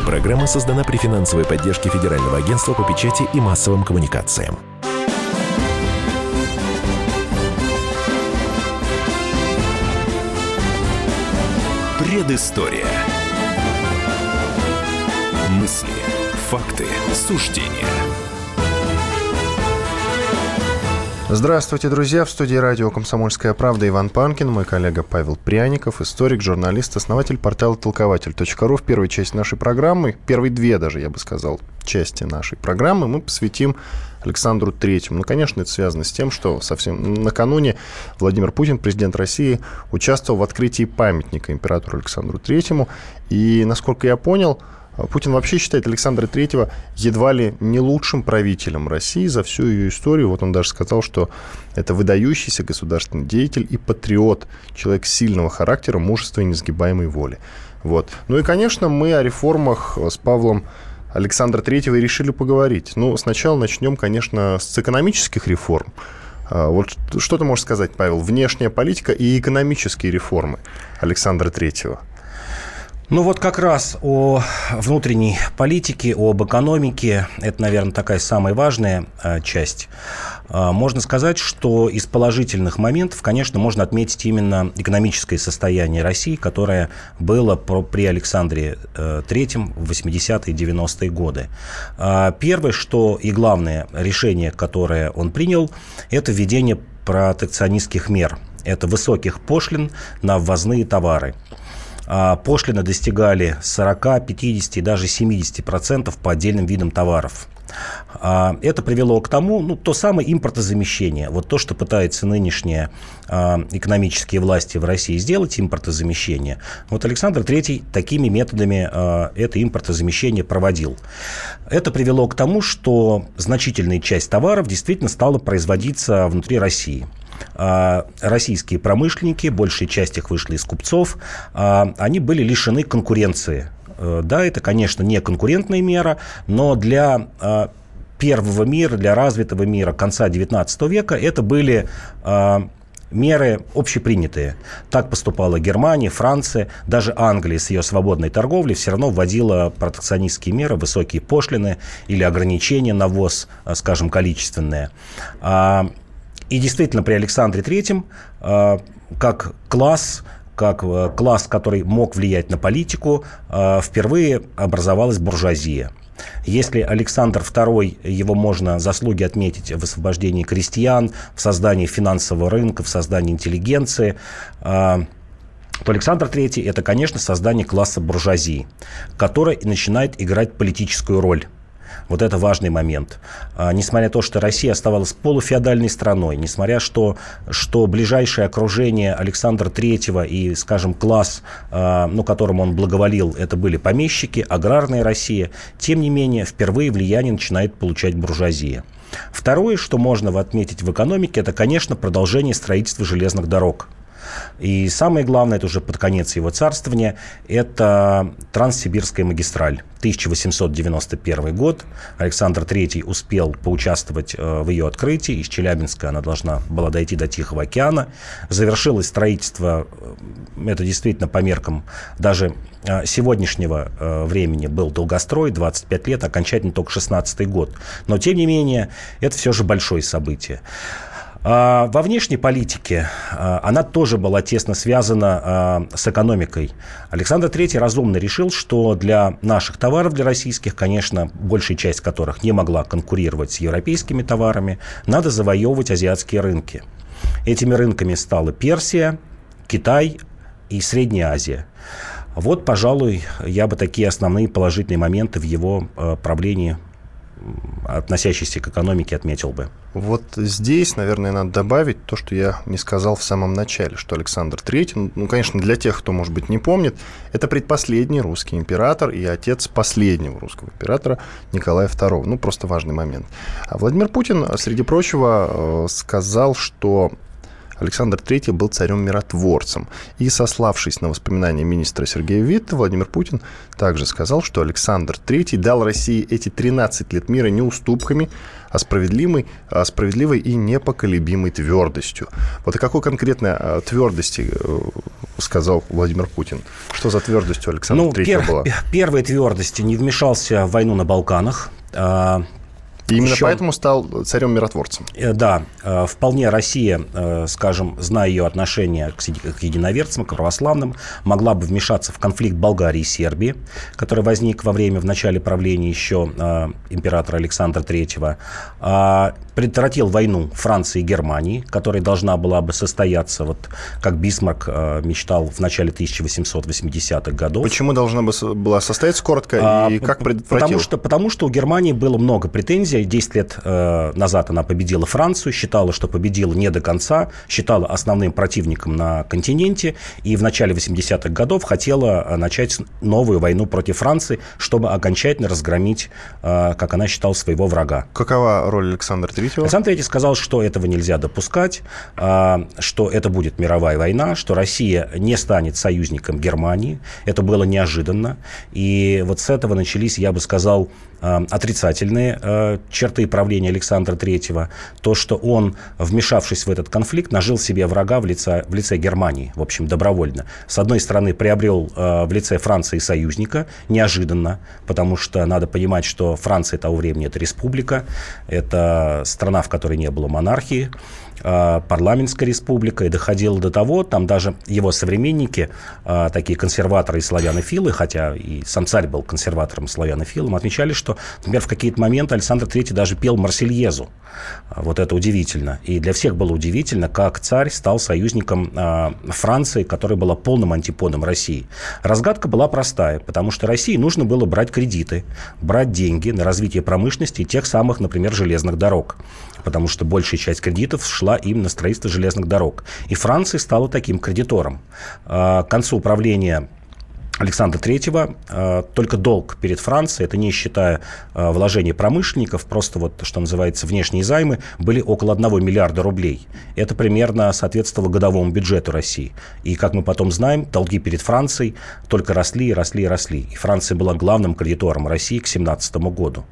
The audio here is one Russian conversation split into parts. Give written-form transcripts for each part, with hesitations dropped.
Программа создана при финансовой поддержке Федерального агентства по печати и массовым коммуникациям. Предыстория. Мысли, факты, суждения. Здравствуйте, друзья! В студии радио «Комсомольская правда» Иван Панкин, мой коллега Павел Пряников, историк, журналист, основатель портала толкователь.ру. В первой части нашей программы, первые две даже, я бы сказал, части нашей программы мы посвятим Александру Третьему. Ну, конечно, это связано с тем, что совсем накануне Владимир Путин, президент России, участвовал в открытии памятника императору Александру Третьему. И, насколько я понял, Путин вообще считает Александра Третьего едва ли не лучшим правителем России за всю ее историю. Вот он даже сказал, что это выдающийся государственный деятель и патриот, человек сильного характера, мужества и несгибаемой воли. Вот. Ну и, конечно, мы о реформах с Павлом Александра Третьего и решили поговорить. Ну, сначала начнем, конечно, с экономических реформ. Вот что ты можешь сказать, Павел? Внешняя политика и экономические реформы Александра Третьего. Ну вот как раз о внутренней политике, об экономике, это, наверное, такая самая важная часть. Можно сказать, что из положительных моментов, конечно, можно отметить именно экономическое состояние России, которое было при Александре III в 80-е и 90-е годы. Первое, что и главное решение, которое он принял, это введение протекционистских мер. Это высоких пошлин на ввозные товары. Пошлины достигали 40, 50 и даже 70% по отдельным видам товаров. Это привело к тому, то самое импортозамещение. Вот то, что пытаются нынешние экономические власти в России сделать, импортозамещение. Вот Александр III такими методами это импортозамещение проводил. Это привело к тому, что значительная часть товаров действительно стала производиться внутри России. Российские промышленники, большая часть их вышла из купцов, они были лишены конкуренции. Да, это, конечно, не конкурентная мера, но для первого мира, для развитого мира конца XIX века это были меры общепринятые. Так поступала Германия, Франция, даже Англия с ее свободной торговлей все равно вводила протекционистские меры, высокие пошлины или ограничения на ввоз, скажем, количественные. И действительно, при Александре III как класс, который мог влиять на политику, впервые образовалась буржуазия. Если Александр II, его можно заслуги отметить в освобождении крестьян, в создании финансового рынка, в создании интеллигенции, то Александр III – это, конечно, создание класса буржуазии, которая и начинает играть политическую роль. Вот это важный момент. Несмотря на то, что Россия оставалась полуфеодальной страной, несмотря на то, что ближайшее окружение Александра III и, скажем, класс, которым он благоволил, это были помещики, аграрная Россия, тем не менее, впервые влияние начинает получать буржуазия. Второе, что можно отметить в экономике, это, конечно, продолжение строительства железных дорог. И самое главное, это уже под конец его царствования, это Транссибирская магистраль. 1891 год. Александр III успел поучаствовать в ее открытии. Из Челябинска она должна была дойти до Тихого океана. Завершилось строительство, это действительно по меркам даже сегодняшнего времени был долгострой, 25 лет, окончательно только 16-й год. Но, тем не менее, это все же большое событие. Во внешней политике она тоже была тесно связана с экономикой. Александр III разумно решил, что для наших товаров, для российских, конечно, большая часть которых не могла конкурировать с европейскими товарами, надо завоевывать азиатские рынки. Этими рынками стала Персия, Китай и Средняя Азия. Вот, пожалуй, я бы такие основные положительные моменты в его правлении, относящиеся к экономике, отметил бы. Вот здесь, наверное, надо добавить то, что я не сказал в самом начале, что Александр III, конечно, для тех, кто, может быть, не помнит, это предпоследний русский император и отец последнего русского императора Николая II. Просто важный момент. А Владимир Путин, среди прочего, сказал, что Александр III был царем-миротворцем. И, сославшись на воспоминания министра Сергея Витте, Владимир Путин также сказал, что Александр III дал России эти 13 лет мира не уступками, а справедливой и непоколебимой твердостью. Вот о какой конкретной твердости сказал Владимир Путин? Что за твердость у Александра III была? Первой твердости: не вмешался в войну на Балканах. И именно поэтому стал царем-миротворцем. Да, вполне Россия, скажем, зная ее отношение к единоверцам, к православным, могла бы вмешаться в конфликт Болгарии и Сербии, который возник в начале правления еще императора Александра III. Предотвратил войну Франции и Германии, которая должна была бы состояться, вот как Бисмарк мечтал в начале 1880-х годов. Почему должна была состояться, коротко, и как предотвратил? Потому что у Германии было много претензий. 10 лет назад она победила Францию, считала, что победила не до конца, считала основным противником на континенте, и в начале 80-х годов хотела начать новую войну против Франции, чтобы окончательно разгромить, как она считала, своего врага. Какова роль Александра III? Александр III сказал, что этого нельзя допускать, что это будет мировая война, что Россия не станет союзником Германии. Это было неожиданно. И вот с этого начались, я бы сказал, отрицательные черты правления Александра III. То, что он, вмешавшись в этот конфликт, нажил себе врага в лице Германии, в общем, добровольно. С одной стороны, приобрел в лице Франции союзника, неожиданно, потому что надо понимать, что Франция того времени – это республика, это страна, в которой не было монархии, парламентская республика, и доходило до того, там даже его современники, такие консерваторы и славянофилы, хотя и сам царь был консерватором и славянофилом, отмечали, что, например, в какие-то моменты Александр III даже пел «Марсельезу». Вот это удивительно. И для всех было удивительно, как царь стал союзником Франции, которая была полным антиподом России. Разгадка была простая, потому что России нужно было брать кредиты, брать деньги на развитие промышленности и тех самых, например, железных дорог, потому что большая часть кредитов шла именно на строительство железных дорог. И Франция стала таким кредитором. К концу правления Александра III только долг перед Францией, это не считая вложений промышленников, просто вот, что называется, внешние займы, были около 1 миллиарда рублей. Это примерно соответствовало годовому бюджету России. И, как мы потом знаем, долги перед Францией только росли и росли и росли. И Франция была главным кредитором России к 1917 году.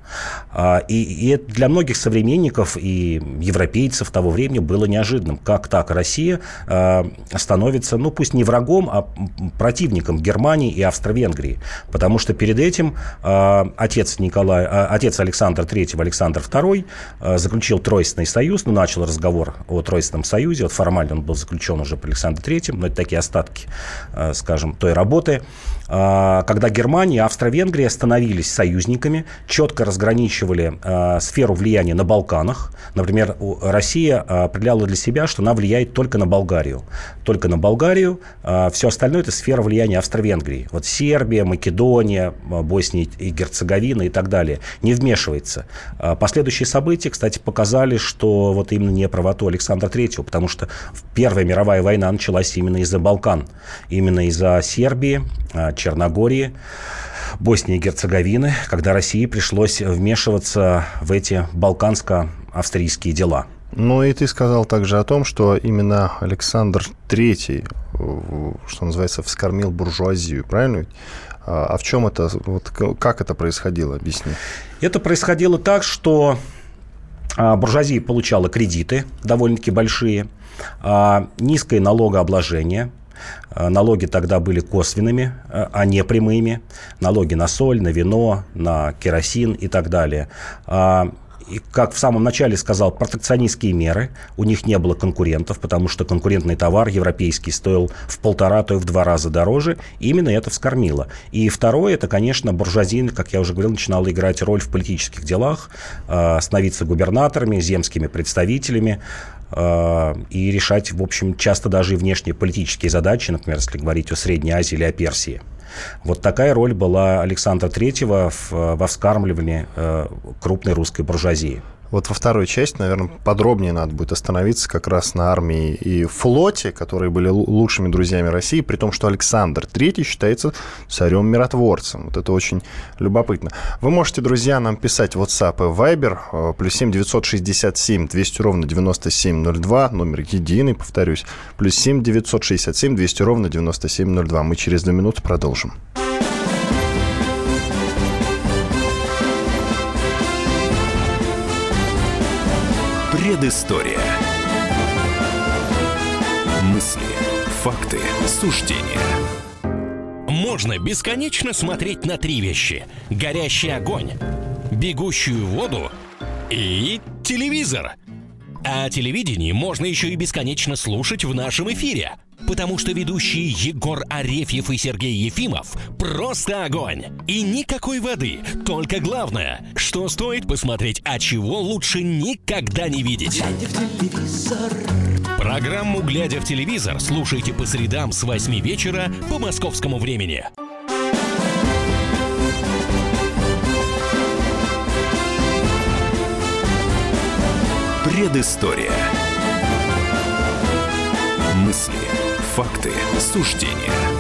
И для многих современников и европейцев того времени было неожиданным. Как так Россия становится, ну пусть не врагом, а противником Германии и Австро-Венгрии, потому что перед этим отец Александра III, Александр II, заключил Тройственный союз, начал разговор о Тройственном союзе, вот формально он был заключен уже при Александре III, но это такие остатки, скажем, той работы, когда Германия и Австро-Венгрия становились союзниками, четко разграничивали сферу влияния на Балканах. Например, Россия определяла для себя, что она влияет только на Болгарию. Только на Болгарию, все остальное – это сфера влияния Австро-Венгрии. Вот Сербия, Македония, Босния и Герцеговина и так далее не вмешивается. Последующие события, кстати, показали, что вот именно не правоту Александра III, потому что Первая мировая война началась именно из-за Балкан, именно из-за Сербии, Черногории, Боснии и Герцеговины, когда России пришлось вмешиваться в эти балканско-австрийские дела. Ну и ты сказал также о том, что именно Александр III, что называется, вскормил буржуазию, правильно? А в чем это, вот как это происходило? Объясни. Это происходило так, что буржуазия получала кредиты довольно-таки большие, низкое налогообложение. Налоги тогда были косвенными, а не прямыми. Налоги на соль, на вино, на керосин и так далее. И, как в самом начале сказал, протекционистские меры. У них не было конкурентов, потому что конкурентный товар европейский стоил в 1,5, то и в 2 раза дороже. И именно это вскормило. И второе, это, конечно, буржуазия, как я уже говорил, начинала играть роль в политических делах, становиться губернаторами, земскими представителями и решать, в общем, часто даже и внешние политические задачи, например, если говорить о Средней Азии или о Персии. Вот такая роль была Александра III во вскармливании крупной русской буржуазии. Вот во второй части, наверное, подробнее надо будет остановиться как раз на армии и флоте, которые были лучшими друзьями России, при том, что Александр III считается царем-миротворцем. Вот это очень любопытно. Вы можете, друзья, нам писать в WhatsApp и Viber, +7 967 200 ровно 9702, номер единый, повторюсь, +7 967 200 ровно 9702. Мы через 2 минуты продолжим. Предыстория. Мысли, факты, суждения. Можно бесконечно смотреть на 3 вещи: горящий огонь, бегущую воду и телевизор. А телевидение можно еще и бесконечно слушать в нашем эфире, потому что ведущие Егор Арефьев и Сергей Ефимов просто огонь. И никакой воды, только главное, что стоит посмотреть, а чего лучше никогда не видеть. Глядя в телевизор. Программу «Глядя в телевизор» слушайте по средам с 8 вечера по московскому времени. Предыстория. Мысли, факты, суждения.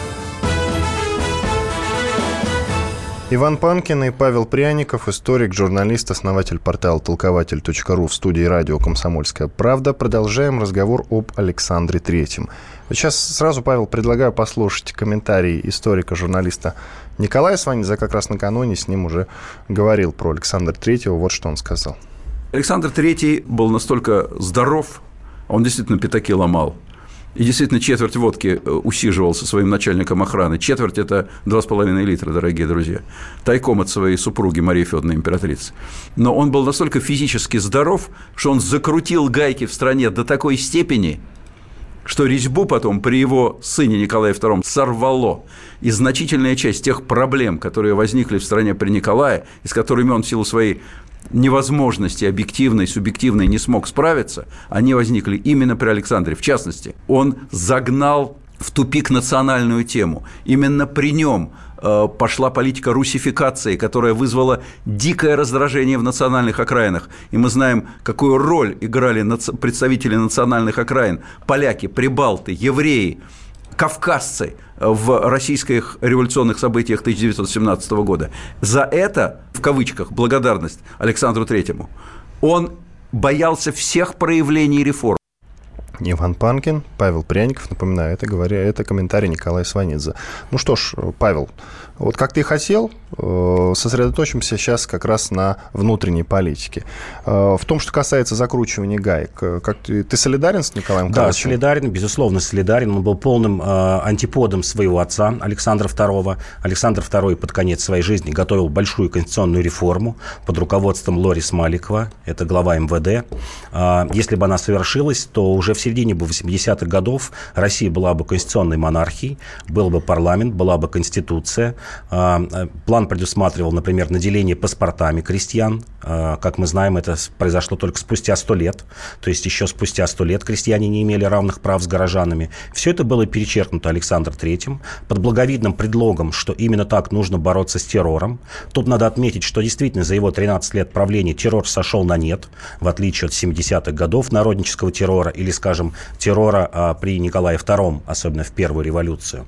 Иван Панкин и Павел Пряников, историк, журналист, основатель портала толкователь.ру в студии радио «Комсомольская правда». Продолжаем разговор об Александре III. Сейчас сразу, Павел, предлагаю послушать комментарий историка, журналиста Николая Сванидзе. Как раз накануне с ним уже говорил про Александра III. Вот что он сказал. Александр III был настолько здоров, он действительно пятаки ломал. И действительно четверть водки усиживал со своим начальником охраны. Четверть – это 2,5 литра, дорогие друзья. Тайком от своей супруги Марии Федоровны, императрицы. Но он был настолько физически здоров, что он закрутил гайки в стране до такой степени, что резьбу потом при его сыне Николае II сорвало. И значительная часть тех проблем, которые возникли в стране при Николае, и с которыми он в силу своей невозможности объективной, субъективной не смог справиться, они возникли именно при Александре. В частности, он загнал в тупик национальную тему. Именно при нем пошла политика русификации, которая вызвала дикое раздражение в национальных окраинах. И мы знаем, какую роль играли представители национальных окраин: поляки, прибалты, евреи, кавказцы в российских революционных событиях 1917 года. За это, в кавычках, благодарность Александру Третьему, он боялся всех проявлений реформ. Иван Панкин, Павел Пряников, напоминаю, это комментарий Николая Сванидзе. Ну что ж, Павел, вот как ты и хотел, сосредоточимся сейчас как раз на внутренней политике. В том, что касается закручивания гаек, как ты солидарен с Николаем Карловичем? Да, солидарен, безусловно, солидарен. Он был полным антиподом своего отца Александра II. Александр II под конец своей жизни готовил большую конституционную реформу под руководством Лорис Маликова, это глава МВД. Если бы она совершилась, то уже в середине 80-х годов Россия была бы конституционной монархией, был бы парламент, была бы конституция. План предусматривал, например, наделение паспортами крестьян. Как мы знаем, это произошло только спустя 100 лет. То есть еще спустя 100 лет крестьяне не имели равных прав с горожанами. Все это было перечеркнуто Александром III под благовидным предлогом, что именно так нужно бороться с террором. Тут надо отметить, что действительно за его 13 лет правления террор сошел на нет, в отличие от 70-х годов народнического террора или, скажем, террора при Николае II, особенно в Первую революцию.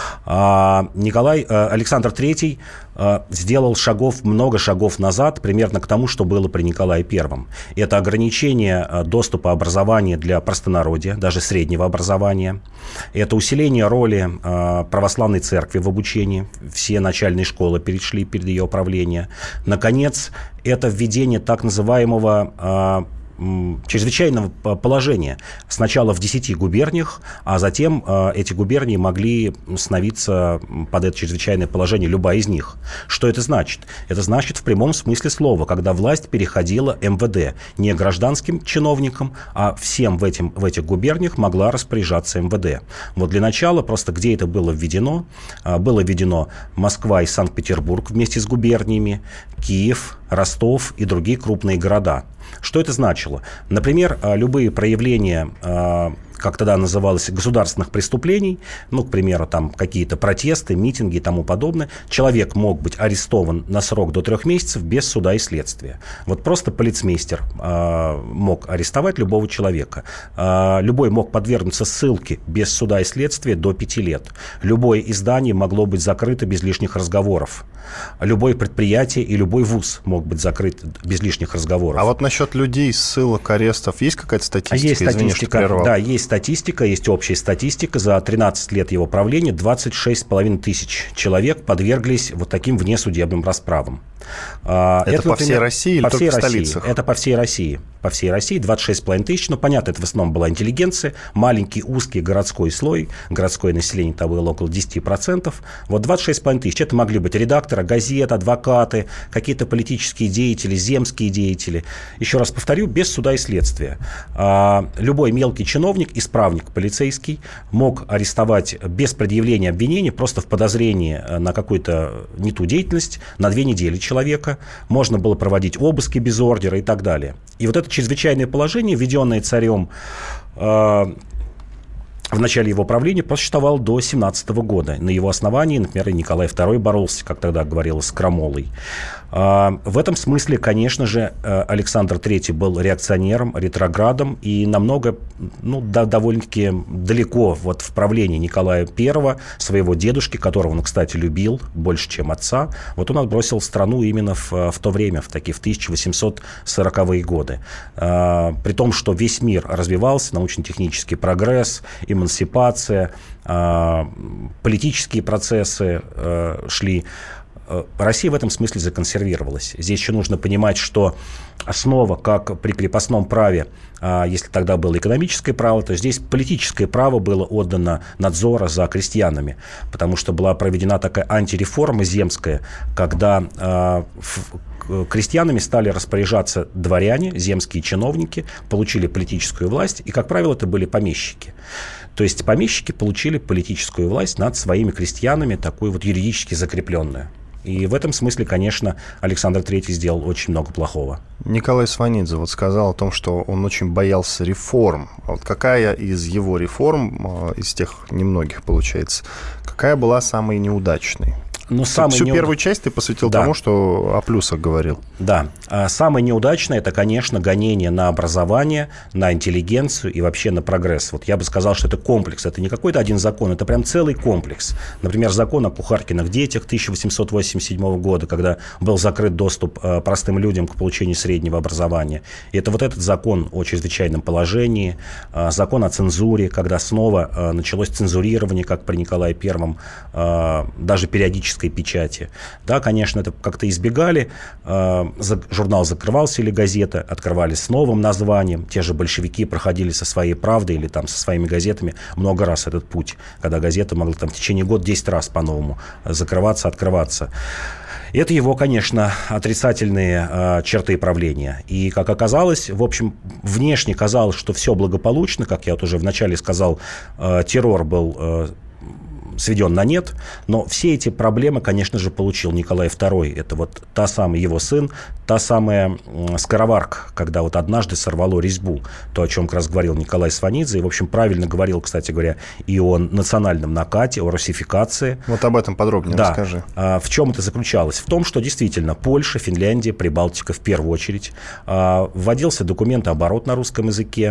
Александр III сделал много шагов назад, примерно к тому, что было при Николае I. Это ограничение доступа образования для простонародья, даже среднего образования. Это усиление роли православной церкви в обучении. Все начальные школы перешли перед ее правление. Наконец, это введение так называемого чрезвычайного положения. Сначала в 10 губерниях, а затем эти губернии могли становиться под это чрезвычайное положение, любая из них. Что это значит? Это значит в прямом смысле слова, когда власть переходила МВД. Не гражданским чиновникам, а всем в этих губерниях могла распоряжаться МВД. Вот для начала просто где это было введено? Было введено Москва и Санкт-Петербург вместе с губерниями, Киев, Ростов и другие крупные города. Что это значило? Например, любые проявления как тогда называлось, государственных преступлений, ну, к примеру, там какие-то протесты, митинги и тому подобное, человек мог быть арестован на срок до 3 месяцев без суда и следствия. Вот просто полицмейстер мог арестовать любого человека. Любой мог подвергнуться ссылке без суда и следствия до 5 лет. Любое издание могло быть закрыто без лишних разговоров. Любое предприятие и любой вуз мог быть закрыт без лишних разговоров. А вот насчет людей, ссылок, арестов, есть какая-то статистика? Есть Извини, статистика, да, есть статистика, есть общая статистика. За 13 лет его правления 26,5 тысяч человек подверглись вот таким внесудебным расправам. Это по всей России или только в столицах? Это по всей России. По всей России 26,5 тысяч. Ну, понятно, это в основном была интеллигенция, маленький узкий городской слой, городское население там было около 10%. Вот 26,5 тысяч. Это могли быть редакторы газет, адвокаты, какие-то политические деятели, земские деятели. Еще раз повторю, без суда и следствия. Любой мелкий чиновник, исправник полицейский мог арестовать без предъявления обвинения, просто в подозрении на какую-то не ту деятельность, на 2 недели человека. Можно было проводить обыски без ордера и так далее. И вот это чрезвычайное положение, введенное царем в начале его правления, просуществовало до 17 года. На его основании, например, Николай II боролся, как тогда говорилось, с крамолой. В этом смысле, конечно же, Александр III был реакционером, ретроградом и намного, довольно-таки далеко вот в правлении Николая I, своего дедушки, которого он, кстати, любил больше, чем отца, вот он отбросил страну именно в то время, в 1840-е годы. При том, что весь мир развивался, научно-технический прогресс, эмансипация, политические процессы шли. Россия в этом смысле законсервировалась. Здесь еще нужно понимать, что основа, как при крепостном праве, если тогда было экономическое право, то здесь политическое право было отдано надзора за крестьянами, потому что была проведена такая антиреформа земская, когда крестьянами стали распоряжаться дворяне, земские чиновники, получили политическую власть, и, как правило, это были помещики. То есть помещики получили политическую власть над своими крестьянами, такую вот юридически закрепленную. И в этом смысле, конечно, Александр III сделал очень много плохого. Николай Сванидзе вот сказал о том, что он очень боялся реформ. Вот какая из его реформ, из тех немногих, получается, какая была самой неудачной? Всю первую часть ты посвятил тому, что о плюсах говорил. Да. Самое неудачное – это, конечно, гонение на образование, на интеллигенцию и вообще на прогресс. Вот я бы сказал, что это комплекс. Это не какой-то один закон, это прям целый комплекс. Например, закон о кухаркиных детях 1887 года, когда был закрыт доступ простым людям к получению среднего образования. И это вот этот закон о чрезвычайном положении, закон о цензуре, когда снова началось цензурирование, как при Николае I, даже периодически печати. Да, конечно, это как-то избегали. Журнал закрывался или газета открывали с новым названием. Те же большевики проходили со своей «Правдой» или там со своими газетами много раз этот путь, когда газета могла там в течение года 10 раз по-новому закрываться, открываться. Это его, конечно, отрицательные черты правления. И, как оказалось, в общем, внешне казалось, что все благополучно. Как я вот уже вначале сказал, террор был сведен на нет, но все эти проблемы, конечно же, получил Николай II. Это вот та самая его сын, та самая скороварка, когда вот однажды сорвало резьбу. То, о чем как раз говорил Николай Сванидзе, и, в общем, правильно говорил, кстати говоря, и о национальном накате, о руссификации. Вот об этом подробнее расскажи. В чем это заключалось? В том, что действительно Польша, Финляндия, Прибалтика в первую очередь, вводился документооборот на русском языке,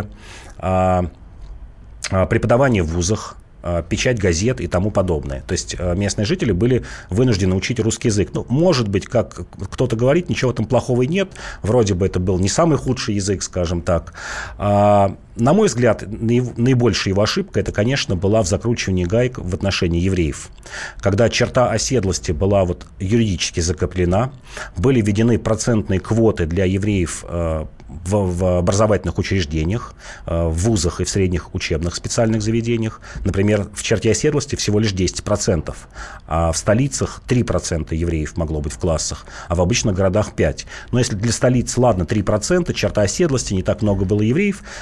преподавание в вузах, печать газет и тому подобное. То есть местные жители были вынуждены учить русский язык. Может быть, как кто-то говорит, ничего там плохого и нет. Вроде бы это был не самый худший язык, скажем так. На мой взгляд, наибольшая его ошибка, это, конечно, была в закручивании гаек в отношении евреев. Когда черта оседлости была вот юридически закреплена, были введены процентные квоты для евреев в образовательных учреждениях, в вузах и в средних учебных специальных заведениях. Например, в черте оседлости всего лишь 10%, а в столицах 3% евреев могло быть в классах, а в обычных городах 5%. Но если для столиц, ладно, 3%, черта оседлости, не так много было евреев, но вот черта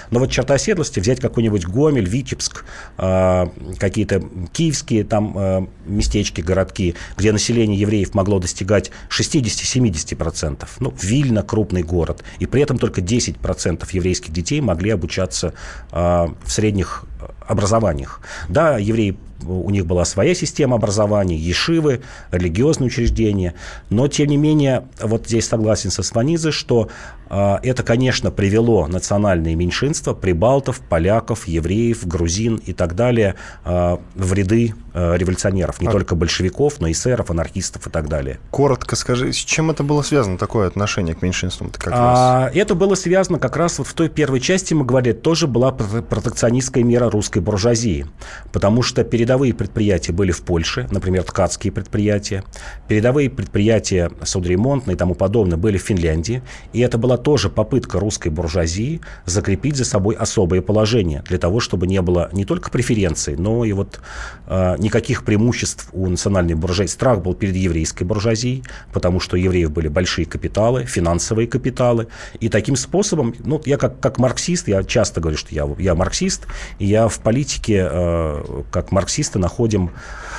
черты оседлости взять какой-нибудь Гомель, Витебск, какие-то киевские там местечки, городки, где население евреев могло достигать 60-70%. Ну, Вильна – крупный город. И при этом только 10% еврейских детей могли обучаться в средних образованиях. Да, евреи, у них была своя система образования, ешивы, религиозные учреждения, но, тем не менее, вот здесь согласен со Сванидзе, что это, конечно, привело национальные меньшинства, прибалтов, поляков, евреев, грузин и так далее в ряды революционеров, не только большевиков, но и эсеров, анархистов и так далее. Коротко скажи, с чем это было связано, такое отношение к меньшинствам? Это было связано как раз вот в той первой части, мы говорили, тоже была протекционистская мера русской буржуазии, потому что передовые предприятия были в Польше, например, ткацкие предприятия, передовые предприятия судоремонтные и тому подобное были в Финляндии, и это была тоже попытка русской буржуазии закрепить за собой особое положение для того, чтобы не было не только преференций, но и вот никаких преимуществ у национальной буржуазии. Страх был перед еврейской буржуазией, потому что у евреев были большие капиталы, финансовые капиталы, и таким способом, ну, я как марксист, я часто говорю, что я марксист, и я в политике как марксисты находим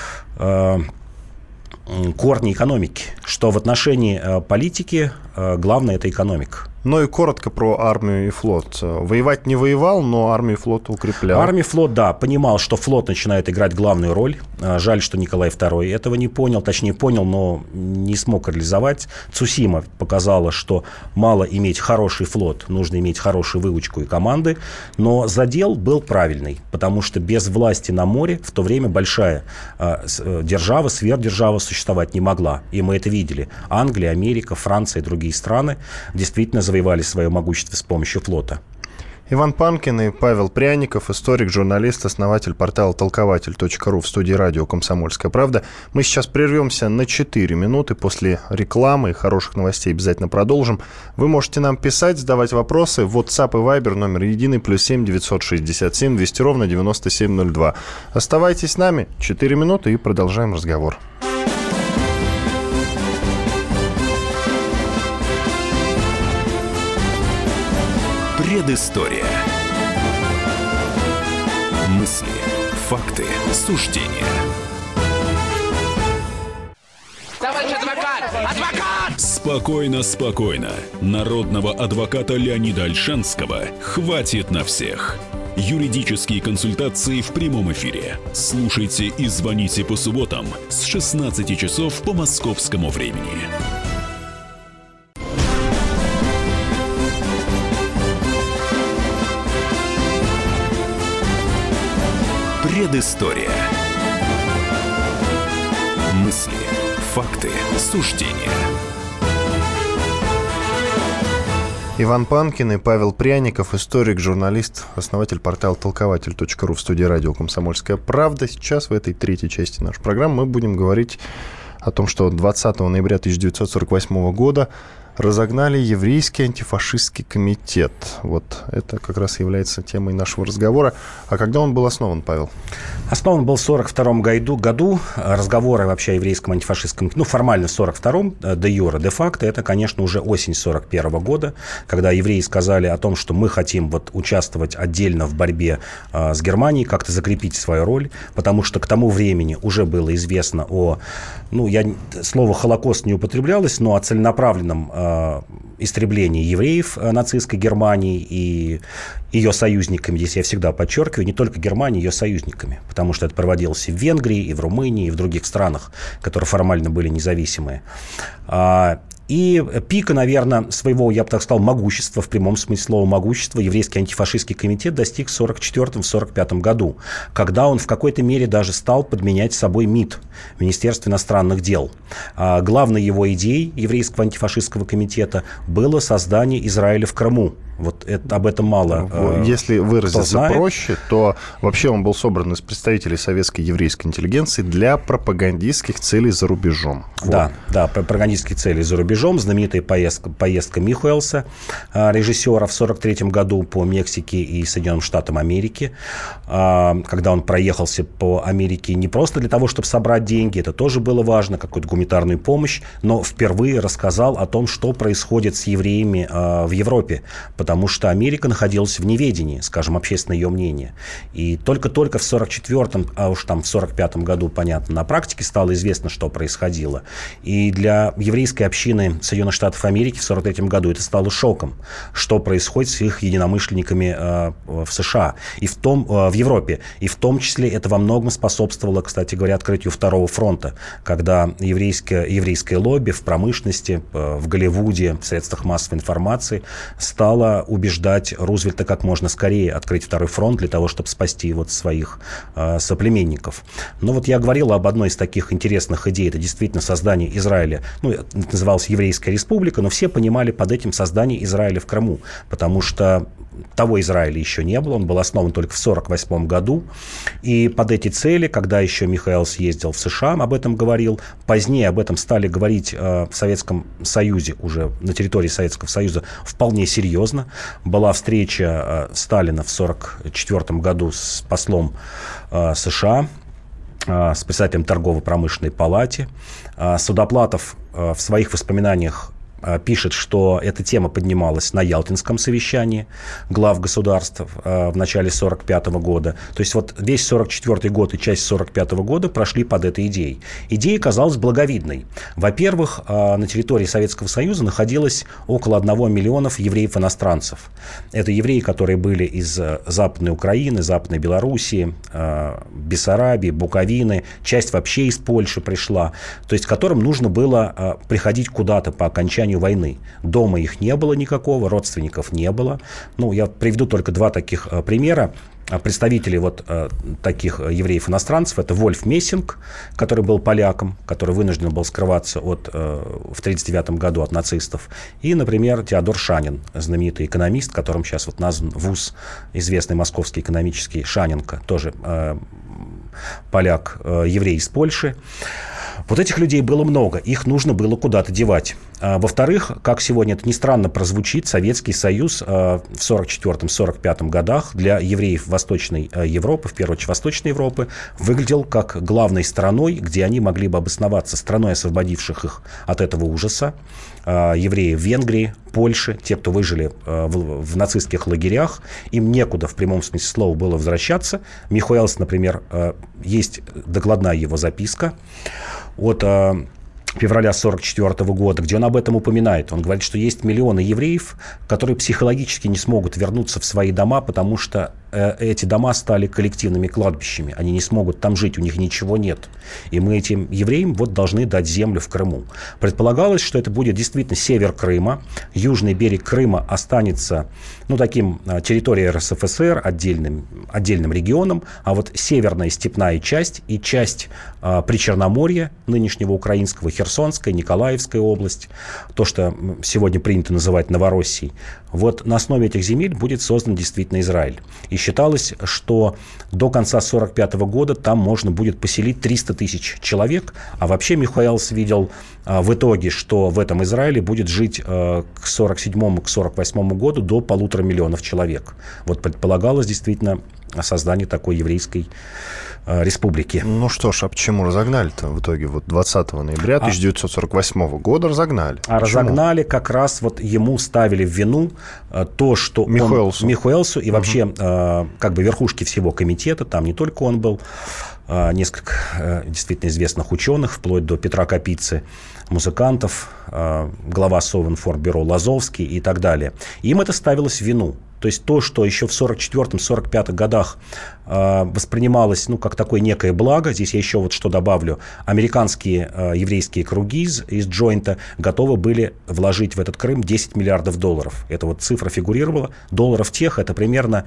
корни экономики, что в отношении политики главное – это экономика. Ну и коротко про армию и флот. Воевать не воевал, но армию и флот укреплял. Армия и флот, да, понимал, что флот начинает играть главную роль. Жаль, что Николай II этого не понял, точнее понял, но не смог реализовать. Цусима показала, что мало иметь хороший флот, нужно иметь хорошую выучку и команды. Но задел был правильный, потому что без власти на море в то время большая держава, сверхдержава существовать не могла. И мы это видели. Англия, Америка, Франция и другие страны действительно завоевали свое могущество с помощью флота. Иван Панкин и Павел Пряников, историк, журналист, основатель портала толкователь.ру в студии радио «Комсомольская правда». Мы сейчас прервемся на 4 минуты. После рекламы и хороших новостей обязательно продолжим. Вы можете нам писать, задавать вопросы. WhatsApp и Viber номер единый, +7 967 200 ровно 9702. Оставайтесь с нами. 4 минуты и продолжаем разговор. Предыстория. Мысли, факты, суждения. Товарищ адвокат! Адвокат! Спокойно, спокойно. Народного адвоката Леонида Ольшанского хватит на всех. Юридические консультации в прямом эфире. Слушайте и звоните по субботам с 16 часов по московскому времени. Предыстория. Мысли, факты, суждения. Иван Панкин и Павел Пряников, историк, журналист, основатель портала толкователь.ру в студии радио «Комсомольская правда». Сейчас в этой третьей части нашей программы мы будем говорить о том, что 20 ноября 1948 года разогнали еврейский антифашистский комитет. Вот это как раз является темой нашего разговора. А когда он был основан, Павел? Основан был в 1942 году. Разговоры вообще о еврейском антифашистском, формально в 1942-м, де юре, де факто, это, конечно, уже осень 1941 года, когда евреи сказали о том, что мы хотим участвовать отдельно в борьбе с Германией, как-то закрепить свою роль, потому что к тому времени уже было известно о, слово «Холокост» не употреблялось, но о целенаправленном истреблении евреев нацистской Германии и ее союзниками. Здесь я всегда подчеркиваю, не только Германии, ее союзниками, потому что это проводилось и в Венгрии, и в Румынии, и в других странах, которые формально были независимые. И пика, наверное, своего, я бы так сказал, могущества, в прямом смысле слова могущества, еврейский антифашистский комитет достиг в 1944-1945 году, когда он в какой-то мере даже стал подменять собой МИД, Министерство иностранных дел. Главной его идеей еврейского антифашистского комитета было создание Израиля в Крыму. Об этом мало. Если выразиться проще, то вообще он был собран из представителей советской еврейской интеллигенции для пропагандистских целей за рубежом. Да, пропагандистских целей за рубежом. Знаменитая поездка Михуэлса, режиссера, в 1943 году по Мексике и Соединенным Штатам Америки, когда он проехался по Америке не просто для того, чтобы собрать деньги, это тоже было важно, какую-то гуманитарную помощь, но впервые рассказал о том, что происходит с евреями в Европе. потому что Америка находилась в неведении, скажем, общественное ее мнение. И только-только в 1944-м, а уж там в 1945 году, понятно, на практике стало известно, что происходило. И для еврейской общины Соединенных Штатов Америки в 1943 году это стало шоком, что происходит с их единомышленниками в США и в Европе. И в том числе это во многом способствовало, кстати говоря, открытию Второго фронта, когда еврейское лобби в промышленности, в Голливуде, в средствах массовой информации стало убеждать Рузвельта как можно скорее открыть Второй фронт для того, чтобы спасти своих соплеменников. Но вот я говорил об одной из таких интересных идей. Это действительно создание Израиля. Это называлось Еврейская республика, но все понимали под этим создание Израиля в Крыму, потому что того Израиля еще не было, он был основан только в 1948 году, и под эти цели, когда еще Михаэлс ездил в США, об этом говорил, позднее об этом стали говорить в Советском Союзе, уже на территории Советского Союза вполне серьезно. Была встреча Сталина в 1944 году с послом США, с председателем торгово-промышленной палаты. Судоплатов в своих воспоминаниях пишет, что эта тема поднималась на Ялтинском совещании глав государств в начале 1945 года. То есть весь 1944 год и часть 1945 года прошли под этой идеей. Идея казалась благовидной. Во-первых, на территории Советского Союза находилось около 1 миллиона евреев-иностранцев. Это евреи, которые были из Западной Украины, Западной Белоруссии, Бессарабии, Буковины, часть вообще из Польши пришла, то есть которым нужно было приходить куда-то по окончанию войны. Дома их не было никакого, родственников не было. Я приведу только 2 таких примера. Представители таких евреев-иностранцев — это Вольф Мессинг, который был поляком, который вынужден был скрываться в 1939 году от нацистов, и, например, Теодор Шанин, знаменитый экономист, которым сейчас назван вуз, известный московский экономический, Шаненко, тоже поляк, еврей из Польши. Этих людей было много, их нужно было куда-то девать. Во-вторых, как сегодня это ни странно прозвучит, Советский Союз в 1944-1945 годах для евреев Восточной Европы, в первую очередь Восточной Европы, выглядел как главной страной, где они могли бы обосноваться, страной, освободивших их от этого ужаса. Евреи в Венгрии, Польше, те, кто выжили в нацистских лагерях, им некуда в прямом смысле слова было возвращаться. Михаэлс, например, есть докладная его записка от февраля 1944 года, где он об этом упоминает. Он говорит, что есть миллионы евреев, которые психологически не смогут вернуться в свои дома, потому что эти дома стали коллективными кладбищами. Они не смогут там жить, у них ничего нет. И мы этим евреям должны дать землю в Крыму. Предполагалось, что это будет действительно север Крыма. Южный берег Крыма останется таким территорией РСФСР, отдельным регионом, а северная степная часть и часть Причерноморья, нынешнего украинского, Херсонская, Николаевская область, то, что сегодня принято называть Новороссией, на основе этих земель будет создан действительно Израиль. И считалось, что до конца 1945 года там можно будет поселить 300 тысяч человек, а вообще Михаэлс видел в итоге, что в этом Израиле будет жить к 1947-му, к 1948 году до 1,5 миллиона человек. Предполагалось действительно создание такой еврейской республики. Что ж, а почему разогнали-то в итоге 20 ноября 1948 года разогнали? Разогнали как раз ему ставили в вину то, что Михаэлсу и вообще верхушке всего комитета, там не только он был, несколько действительно известных ученых, вплоть до Петра Капицы, музыкантов, глава Совинформбюро Лазовский и так далее. Им это ставилось в вину. То есть то, что еще в 1944-1945 годах воспринималось как такое некое благо, здесь я еще что добавлю, американские еврейские круги из Джойнта готовы были вложить в этот Крым $10 миллиардов. Эта цифра фигурировала. Долларов тех — это примерно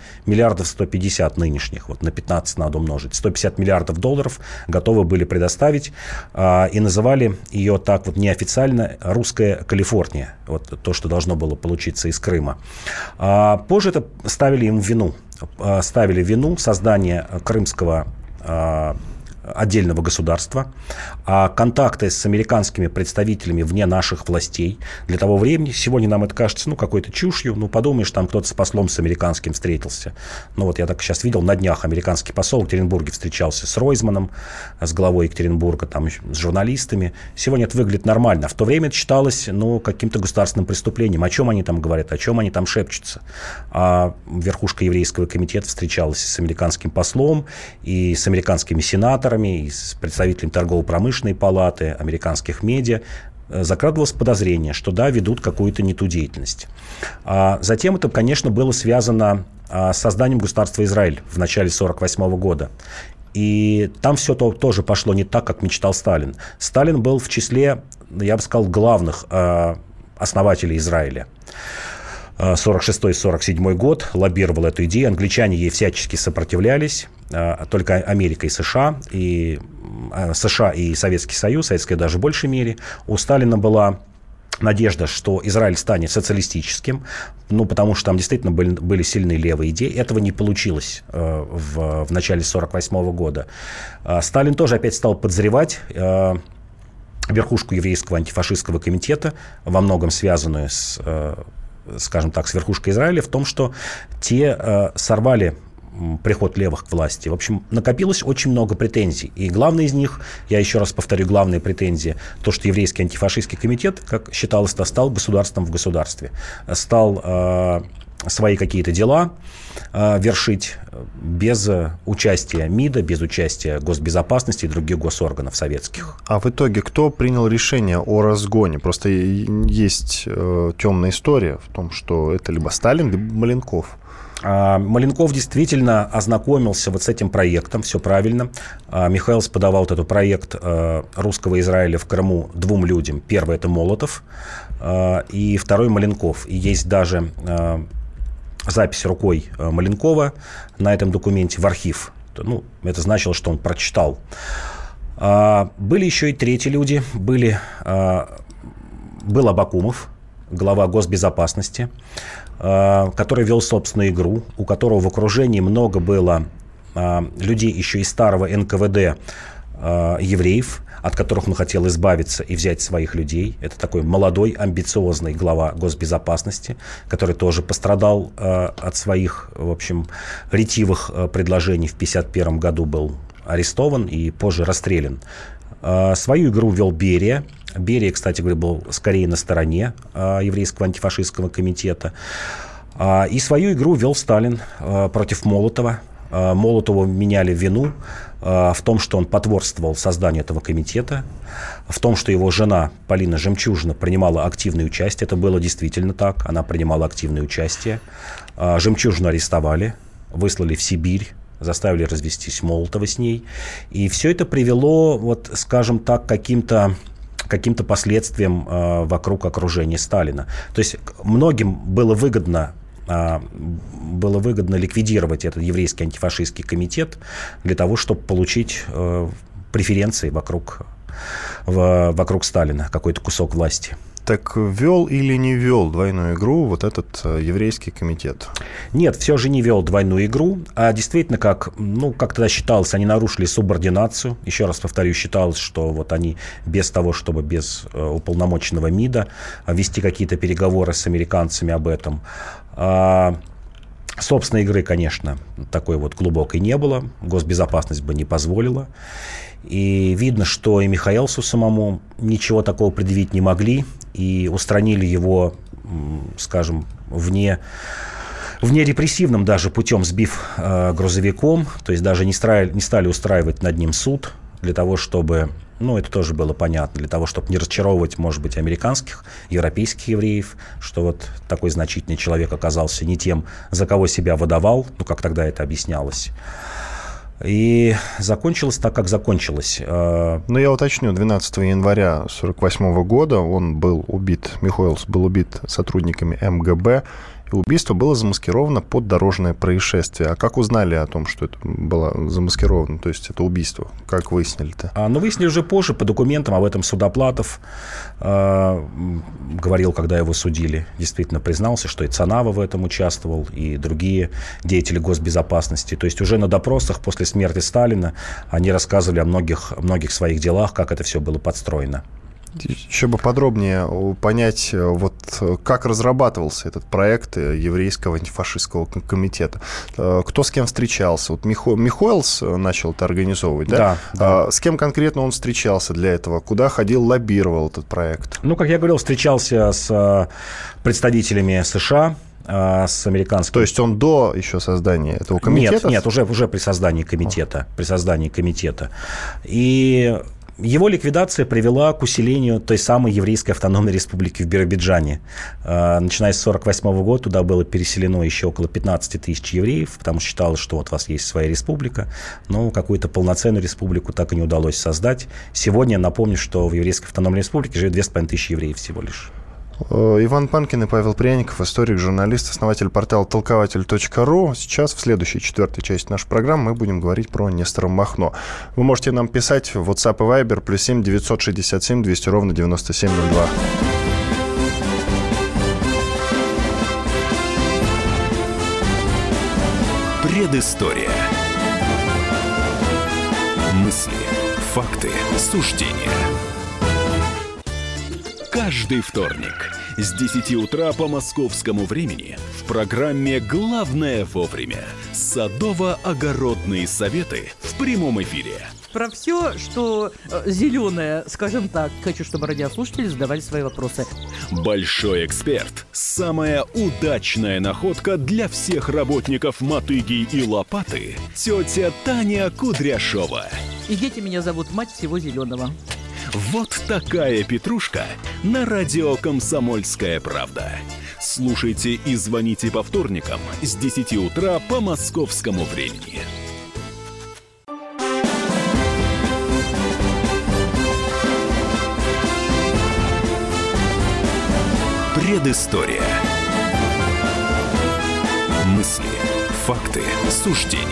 150 нынешних. На 15 надо умножить. $150 миллиардов готовы были предоставить, и называли ее так неофициально «Русская Калифорния». То, что должно было получиться из Крыма. Позже это ставили им в вину. Ставили в вину создание крымского отдельного государства, а контакты с американскими представителями вне наших властей. Для того времени, сегодня нам это кажется, какой-то чушью, подумаешь, там кто-то с послом с американским встретился. Я так сейчас видел, на днях американский посол в Екатеринбурге встречался с Ройзманом, с главой Екатеринбурга, там, с журналистами. Сегодня это выглядит нормально. В то время это считалось, каким-то государственным преступлением. О чем они там говорят, о чем они там шепчутся. А верхушка еврейского комитета встречалась с американским послом, и с американскими сенаторами, и с представителями торгово-промышленной палаты, американских медиа. Закрадывалось подозрение, что да, ведут какую-то не ту деятельность. А затем это, конечно, было связано с созданием государства Израиль в начале 1948 года. И там все тоже пошло не так, как мечтал Сталин. Сталин был в числе, я бы сказал, главных основателей Израиля. 1946-1947 год лоббировал эту идею. Англичане ей всячески сопротивлялись. Только Америка и США, и Советский Союз, Советская даже в большей мере. У Сталина была надежда, что Израиль станет социалистическим, потому что там действительно были сильные левые идеи. Этого не получилось в начале 1948 года. Сталин тоже опять стал подозревать верхушку еврейского антифашистского комитета, во многом связанную с верхушкой Израиля, в том, что те сорвали приход левых к власти. В общем, накопилось очень много претензий. И главная из них, я еще раз повторю, главная претензия, то, что еврейский антифашистский комитет, как считалось, стал государством в государстве. Стал свои какие-то дела вершить без участия МИДа, без участия госбезопасности и других госорганов советских. А в итоге кто принял решение о разгоне? Просто есть темная история в том, что это либо Сталин, либо Маленков. Маленков действительно ознакомился с этим проектом, все правильно. Михаэлс подавал этот проект русского Израиля в Крыму двум людям. Первый – это Молотов, и второй – Маленков. И есть даже запись рукой Маленкова на этом документе в архив. Это значило, что он прочитал. Были еще и третьи люди. Был Абакумов, глава госбезопасности, который вел собственную игру, у которого в окружении много было людей еще из старого НКВД, евреев, от которых он хотел избавиться и взять своих людей. Это такой молодой, амбициозный глава госбезопасности, который тоже пострадал от своих, в общем, ретивых предложений. В 1951 году был арестован и позже расстрелян. Свою игру вел Берия. Берия, кстати говоря, был скорее на стороне еврейского антифашистского комитета. И свою игру вел Сталин против Молотова. Молотову меняли вину в том, что он потворствовал созданию этого комитета, в том, что его жена Полина Жемчужина принимала активное участие. Это было действительно так. Она принимала активное участие. Жемчужину арестовали, выслали в Сибирь, заставили развестись Молотова с ней. И все это привело, скажем так, каким-то последствиям вокруг окружения Сталина. То есть многим было выгодно ликвидировать этот еврейский антифашистский комитет для того, чтобы получить преференции вокруг Сталина, какой-то кусок власти. Так вел или не вел двойную игру этот еврейский комитет? Нет, все же не вел двойную игру, а действительно, как тогда считалось, они нарушили субординацию. Еще раз повторю, считалось, что они без того, чтобы без уполномоченного МИДа вести какие-то переговоры с американцами об этом. Собственной игры, конечно, такой глубокой не было. Госбезопасность бы не позволила. И видно, что и Михаэлсу самому ничего такого предъявить не могли. И устранили его, скажем, вне репрессивным даже путем, сбив грузовиком. То есть даже не стали устраивать над ним суд для того, чтобы... это тоже было понятно, для того, чтобы не разочаровывать, может быть, американских, европейских евреев, что такой значительный человек оказался не тем, за кого себя выдавал, как тогда это объяснялось. И закончилось так, как закончилось. Я уточню, 12 января 1948 года он был убит, Михаэлс был убит сотрудниками МГБ. и убийство было замаскировано под дорожное происшествие. А как узнали о том, что это было замаскировано, то есть это убийство? Как выяснили-то? Выяснили уже позже, по документам. Об этом Судоплатов говорил, когда его судили. Действительно признался, что и Цанава в этом участвовал, и другие деятели госбезопасности. То есть уже на допросах после смерти Сталина они рассказывали о многих своих делах, как это все было подстроено. Еще бы подробнее понять, вот как разрабатывался этот проект еврейского антифашистского комитета. Кто с кем встречался? Вот Михоэлс начал это организовывать, да? Да. С кем конкретно он встречался для этого? Куда ходил, лоббировал этот проект? Как я говорил, встречался с представителями США, с американским... То есть он до еще создания этого комитета? Нет, уже при создании комитета. И его ликвидация привела к усилению той самой еврейской автономной республики в Биробиджане. Начиная с 1948 года туда было переселено еще около 15 тысяч евреев, потому что считалось, что вот у вас есть своя республика, но какую-то полноценную республику так и не удалось создать. Сегодня напомню, что в еврейской автономной республике живет 2500 евреев всего лишь. Иван Панкин и Павел Пряников, историк, журналист, основатель портала толкователь.ру. Сейчас, в следующей, 4-й части нашей программы, мы будем говорить про Нестора Махно. Вы можете нам писать в WhatsApp и Viber +7 967 200 ровно 9702. Предыстория. Мысли, факты, суждения. Каждый вторник с 10 утра по московскому времени в программе «Главное вовремя» садово-огородные советы в прямом эфире. Про все, что зеленое, скажем так, хочу, чтобы радиослушатели задавали свои вопросы. Большой эксперт. Самая удачная находка для всех работников мотыги и лопаты. Тетя Таня Кудряшова. И дети меня зовут мать всего зеленого. Вот такая петрушка на радио «Комсомольская правда». Слушайте и звоните по вторникам с 10 утра по московскому времени. Предыстория. Мысли, факты, суждения.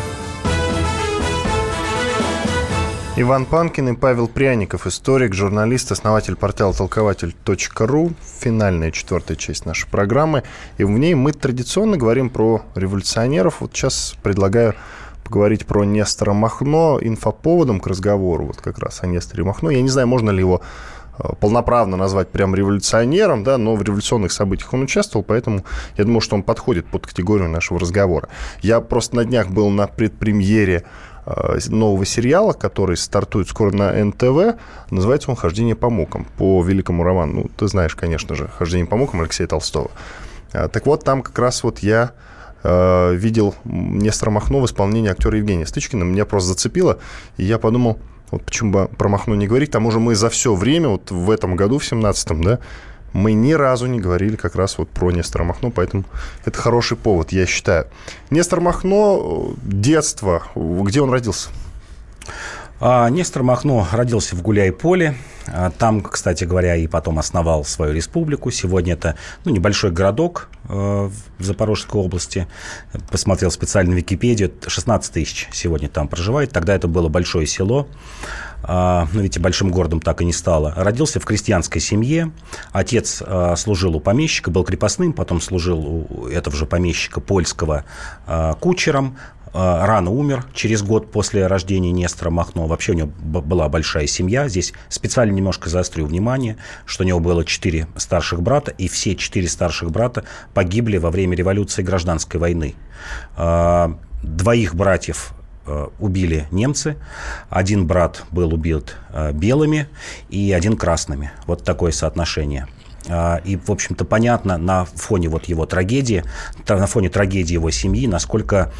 Иван Панкин и Павел Пряников, историк, журналист, основатель портала толкователь.ру. Финальная 4-я часть нашей программы. И в ней мы традиционно говорим про революционеров. Вот сейчас предлагаю поговорить про Нестора Махно. Инфоповодом к разговору вот как раз о Несторе Махно. Я не знаю, можно ли его полноправно назвать прям революционером, да, но в революционных событиях он участвовал, поэтому я думаю, что он подходит под категорию нашего разговора. Я просто на днях был на предпремьере нового сериала, который стартует скоро на НТВ. Называется он «Хождение по мукам», по великому роману. Ты знаешь, конечно же, «Хождение по мукам» Алексея Толстого. Так вот, там как раз вот я видел Нестора Махно в исполнении актера Евгения Стычкина. Меня просто зацепило, и я подумал, вот почему бы про Махно не говорить. К тому же мы за все время, вот в этом году, в 17-м, да, мы ни разу не говорили как раз вот про Нестора Махно, поэтому это хороший повод, я считаю. Нестор Махно, детство, где он родился? Нестор Махно родился в Гуляйполе. Там, кстати говоря, и потом основал свою республику. Сегодня это небольшой городок в Запорожской области. Посмотрел специально Википедию. 16 тысяч сегодня там проживает. Тогда это было большое село. Но ведь и большим городом так и не стало. Родился в крестьянской семье. Отец служил у помещика, был крепостным, потом служил у этого же помещика польского кучером. Рано умер, через год после рождения Нестора Махно. Вообще у него была большая семья. Здесь специально немножко заострю внимание, что у него было 4 старших брата, и все 4 старших брата погибли во время революции и гражданской войны. 2 братьев убили немцы, 1 брат был убит белыми и 1 красными. Вот такое соотношение. И, в общем-то, понятно на фоне вот его трагедии, на фоне трагедии его семьи, насколько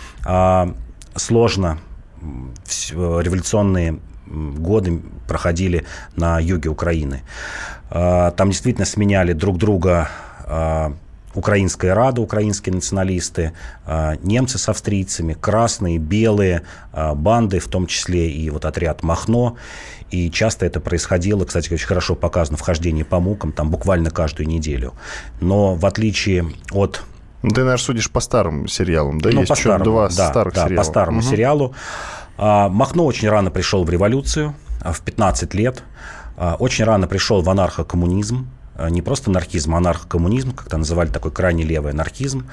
сложно революционные годы проходили на юге Украины. Там действительно сменяли друг друга Украинская Рада, украинские националисты, немцы с австрийцами, красные, белые банды, в том числе и вот отряд Махно. И часто это происходило, кстати, очень хорошо показано в «Хождении по мукам», там буквально каждую неделю. Но в отличие от Ты, наверное, судишь по старым сериалам, да? Ну, есть еще два старых сериала. по старому сериалу. Махно очень рано пришел в революцию, в 15 лет. Очень рано пришел в анархокоммунизм. Не просто анархизм, а анархокоммунизм, как-то называли такой крайне левый анархизм.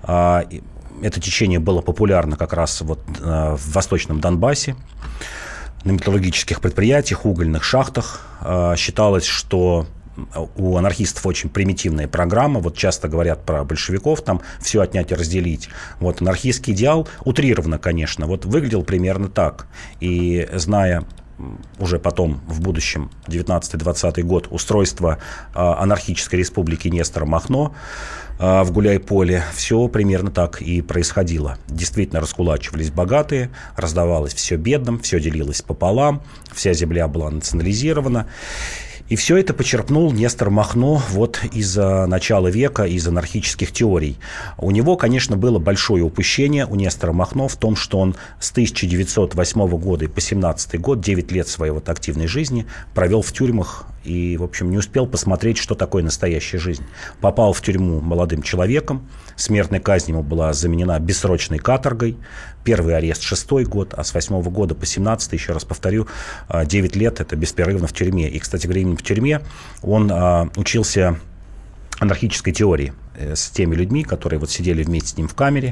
Это течение было популярно как раз вот в Восточном Донбассе, на металлургических предприятиях, угольных шахтах. Считалось, что у анархистов очень примитивная программа. Вот часто говорят про большевиков, там все отнять и разделить. Вот анархистский идеал, утрированно, конечно, вот выглядел примерно так. И зная уже потом, в будущем, 19-20 год, устройство анархической республики Нестора Махно в Гуляйполе, все примерно так и происходило. Действительно раскулачивались богатые, раздавалось все бедным, все делилось пополам, вся земля была национализирована. И все это почерпнул Нестор Махно вот из начала века, из анархических теорий. У него, конечно, было большое упущение, у Нестора Махно, в том, что он с 1908 года и по 1917 год, 9 лет своей вот активной жизни, провел в тюрьмах и, в общем, не успел посмотреть, что такое настоящая жизнь. Попал в тюрьму молодым человеком, смертная казнь ему была заменена бессрочной каторгой. Первый арест 6-й год, а с 8-го года по 17-й, еще раз повторю, 9 лет это беспрерывно в тюрьме. И, кстати говоря, именно в тюрьме он учился анархической теории с теми людьми, которые вот сидели вместе с ним в камере.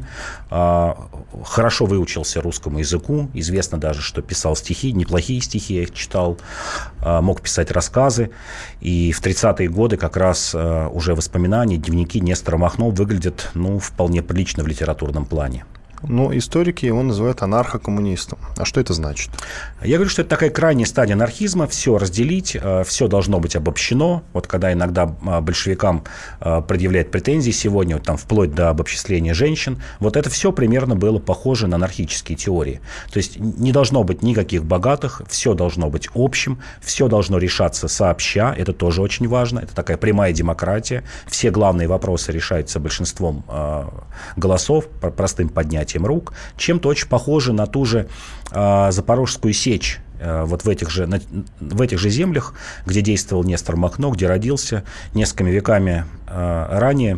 Хорошо выучился русскому языку. Известно даже, что писал стихи, неплохие стихи, я их читал. Мог писать рассказы. И в 30-е годы как раз уже воспоминания, дневники Нестора Махно выглядят вполне прилично в литературном плане. Ну, историки его называют анархокоммунистом. А что это значит? Я говорю, что это такая крайняя стадия анархизма. Все разделить, все должно быть обобщено. Вот когда иногда большевикам предъявляют претензии сегодня, вот там вплоть до обобществления женщин, вот это все примерно было похоже на анархические теории. То есть не должно быть никаких богатых, все должно быть общим, все должно решаться сообща. Это тоже очень важно. Это такая прямая демократия. Все главные вопросы решаются большинством голосов, простым поднятием рук, чем-то очень похоже на ту же Запорожскую сечь, вот в этих же землях, где действовал Нестор Махно, где родился, несколькими веками ранее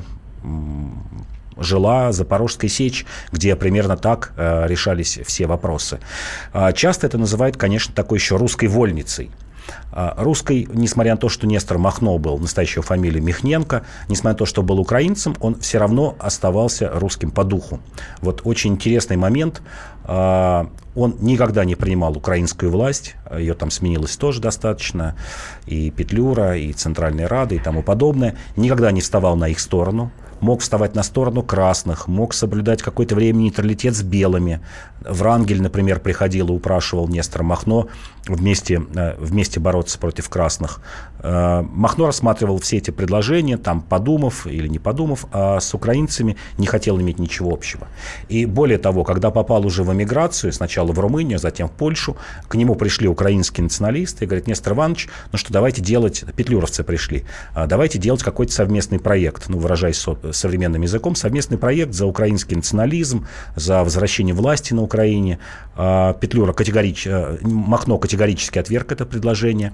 жила Запорожская сечь, где примерно так решались все вопросы. Часто это называют, конечно, такой еще русской вольницей. Русской, несмотря на то, что Нестор Махно был настоящей фамилией Михненко, несмотря на то, что был украинцем, он все равно оставался русским по духу. Вот очень интересный момент. Он никогда не принимал украинскую власть, ее там сменилось тоже достаточно, и Петлюра, и Центральная Рада, и тому подобное. Никогда не вставал на их сторону. Мог вставать на сторону красных, мог соблюдать какое-то время нейтралитет с белыми. Врангель, например, приходил и упрашивал Нестора Махно вместе бороться против красных. Махно рассматривал все эти предложения, там, подумав или не подумав, а с украинцами не хотел иметь ничего общего. И более того, когда попал уже в эмиграцию, сначала в Румынию, затем в Польшу, к нему пришли украинские националисты и говорят: Нестор Иванович, давайте делать, петлюровцы пришли, давайте делать какой-то совместный проект, выражаясь современным языком, совместный проект за украинский национализм, за возвращение власти на Украине. Махно категорически отверг это предложение.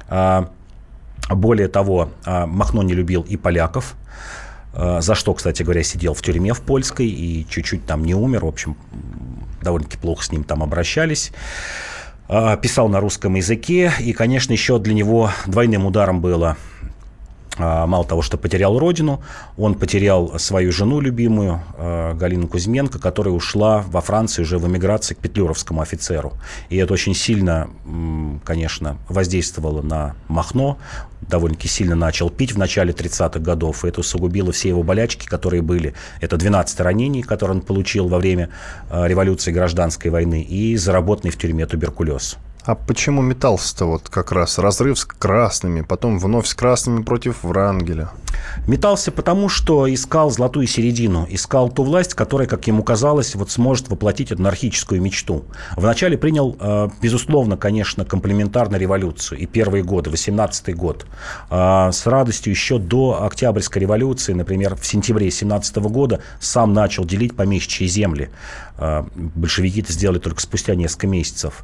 Более того, Махно не любил и поляков, за что, кстати говоря, сидел в тюрьме в польской и чуть-чуть там не умер. В общем, довольно-таки плохо с ним там обращались. Писал на русском языке. И, конечно, еще для него двойным ударом было: мало того, что потерял родину, он потерял свою жену любимую, Галину Кузьменко, которая ушла во Францию уже в эмиграции к петлюровскому офицеру. И это очень сильно, конечно, воздействовало на Махно. Довольно-таки сильно начал пить в начале 30-х годов. И это усугубило все его болячки, которые были. Это 12 ранений, которые он получил во время революции, гражданской войны, и заработанный в тюрьме туберкулез. А почему метался-то вот как раз разрыв с красными, потом вновь с красными против Врангеля? Метался потому, что искал золотую середину, искал ту власть, которая, как ему казалось, вот сможет воплотить эту анархическую мечту. Вначале принял, безусловно, конечно, комплементарно революцию и первые годы, 18-й год. С радостью еще до Октябрьской революции, например, в сентябре 17-го года сам начал делить помещичьи земли. Большевики это сделали только спустя несколько месяцев.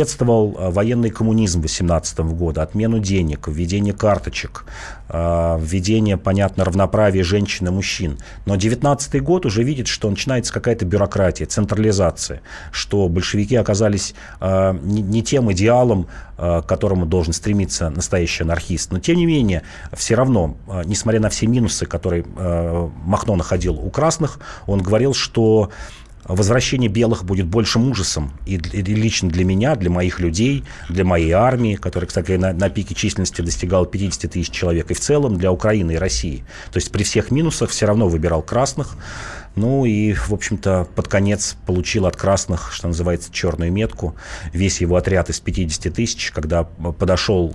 Приветствовал военный коммунизм 18 года, отмену денег, введение карточек, введение введение, понятно, равноправия женщин и мужчин. Но 19-й год уже видит, что начинается какая-то бюрократия, централизация, что большевики оказались не тем идеалом, к которому должен стремиться настоящий анархист. Но, тем не менее, все равно, несмотря на все минусы, которые Махно находил у красных, он говорил, что возвращение белых будет большим ужасом и лично для меня, для моих людей, для моей армии, которая, кстати, на пике численности достигала 50 тысяч человек, и в целом для Украины и России. То есть при всех минусах все равно выбирал красных. Ну и, в общем-то, под конец получил от красных, что называется, черную метку. Весь его отряд из 50 тысяч, когда подошел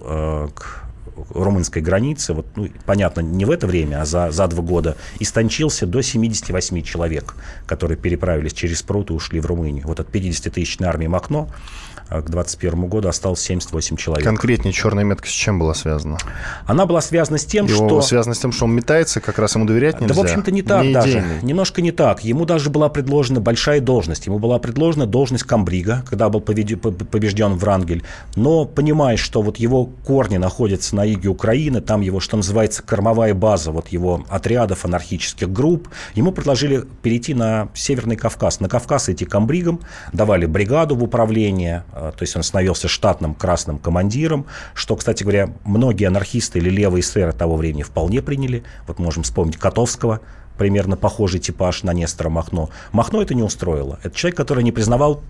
к румынской границы, вот, ну, понятно, не в это время, а за 2 года, истончился до 78 человек, которые переправились через пруд и ушли в Румынию. Вот от 50-тысячной армии Махно к 21 году осталось 78 человек. Конкретнее черная метка с чем была связана? Она была связана с тем, что он метается, как раз ему доверять нельзя. Да, в общем-то, не так даже. Немножко не так. Ему даже была предложена большая должность. Ему была предложена должность комбрига, когда был побежден Врангель. Но, понимая, что вот его корни находятся на юге Украины, там его, что называется, кормовая база вот его отрядов, анархических групп, ему предложили перейти на Северный Кавказ. На Кавказ идти комбригом, давали бригаду в управление. То есть он становился штатным красным командиром, что, кстати говоря, многие анархисты или левые эсеры того времени вполне приняли. Вот можем вспомнить Котовского, примерно похожий типаж на Нестора Махно. Махно это не устроило. Это человек, который не признавал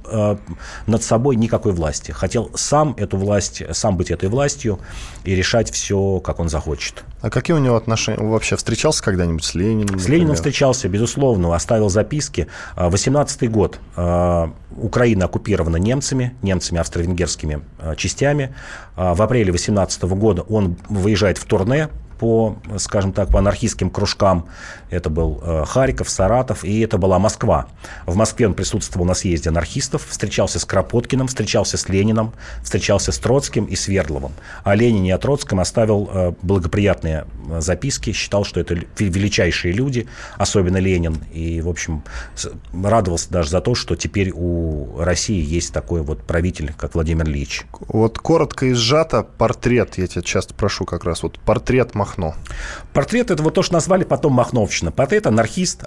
над собой никакой власти. Хотел сам эту власть, сам быть этой властью и решать все, как он захочет. А какие у него отношения? Он вообще встречался когда-нибудь с Лениным? Например? С Лениным встречался, безусловно, оставил записки. 18-й год. Украина оккупирована немцами австро-венгерскими частями. В апреле 18 года он выезжает в турне по, скажем так, по анархистским кружкам. Это был Харьков, Саратов, и это была Москва. В Москве он присутствовал на съезде анархистов, встречался с Кропоткиным, встречался с Лениным, встречался с Троцким и Свердловым. О Ленине и о Троцком оставил благоприятные записки, считал, что это величайшие люди, особенно Ленин, и, в общем, радовался даже за то, что теперь у России есть такой вот правитель, как Владимир Ильич. Вот коротко и сжато портрет, я тебя часто прошу как раз, вот портрет Махно. Портрет — это вот то, что назвали потом махновщина. Портрет анархист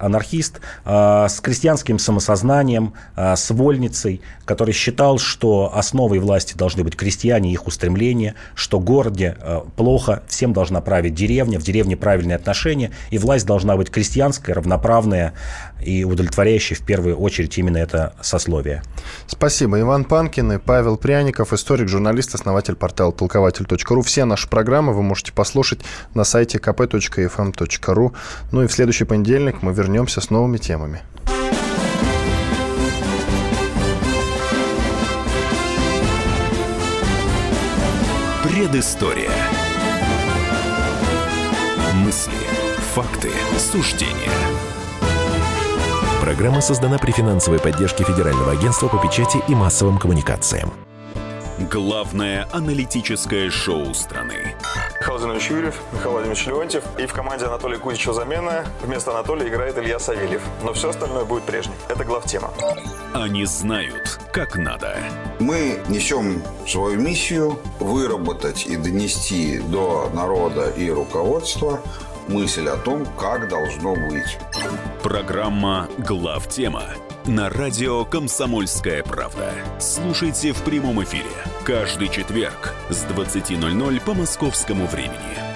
с крестьянским самосознанием, с вольницей, который считал, что основой власти должны быть крестьяне и их устремления, что в городе плохо, всем должна править деревня, в деревне правильные отношения, и власть должна быть крестьянская, равноправная и удовлетворяющая в первую очередь именно это сословие. Спасибо. Иван Панкин и Павел Пряников, историк, журналист, основатель портала толкователь.ру. Все наши программы вы можете послушать на сайте kp.fm.ru. Ну и в следующий понедельник мы вернемся с новыми темами. Предыстория. Мысли, факты, суждения. Программа создана при финансовой поддержке Федерального агентства по печати и массовым коммуникациям. Главное аналитическое шоу страны. Михаил Владимирович Юрьев, Михаил Владимирович Леонтьев. И в команде Анатолия Кузичева замена. Вместо Анатолия играет Илья Савельев. Но все остальное будет прежним. Это главтема. Они знают, как надо. Мы несем свою миссию выработать и донести до народа и руководства мысль о том, как должно быть. Программа «Главтема» на радио «Комсомольская правда». Слушайте в прямом эфире каждый четверг с 20:00 по московскому времени.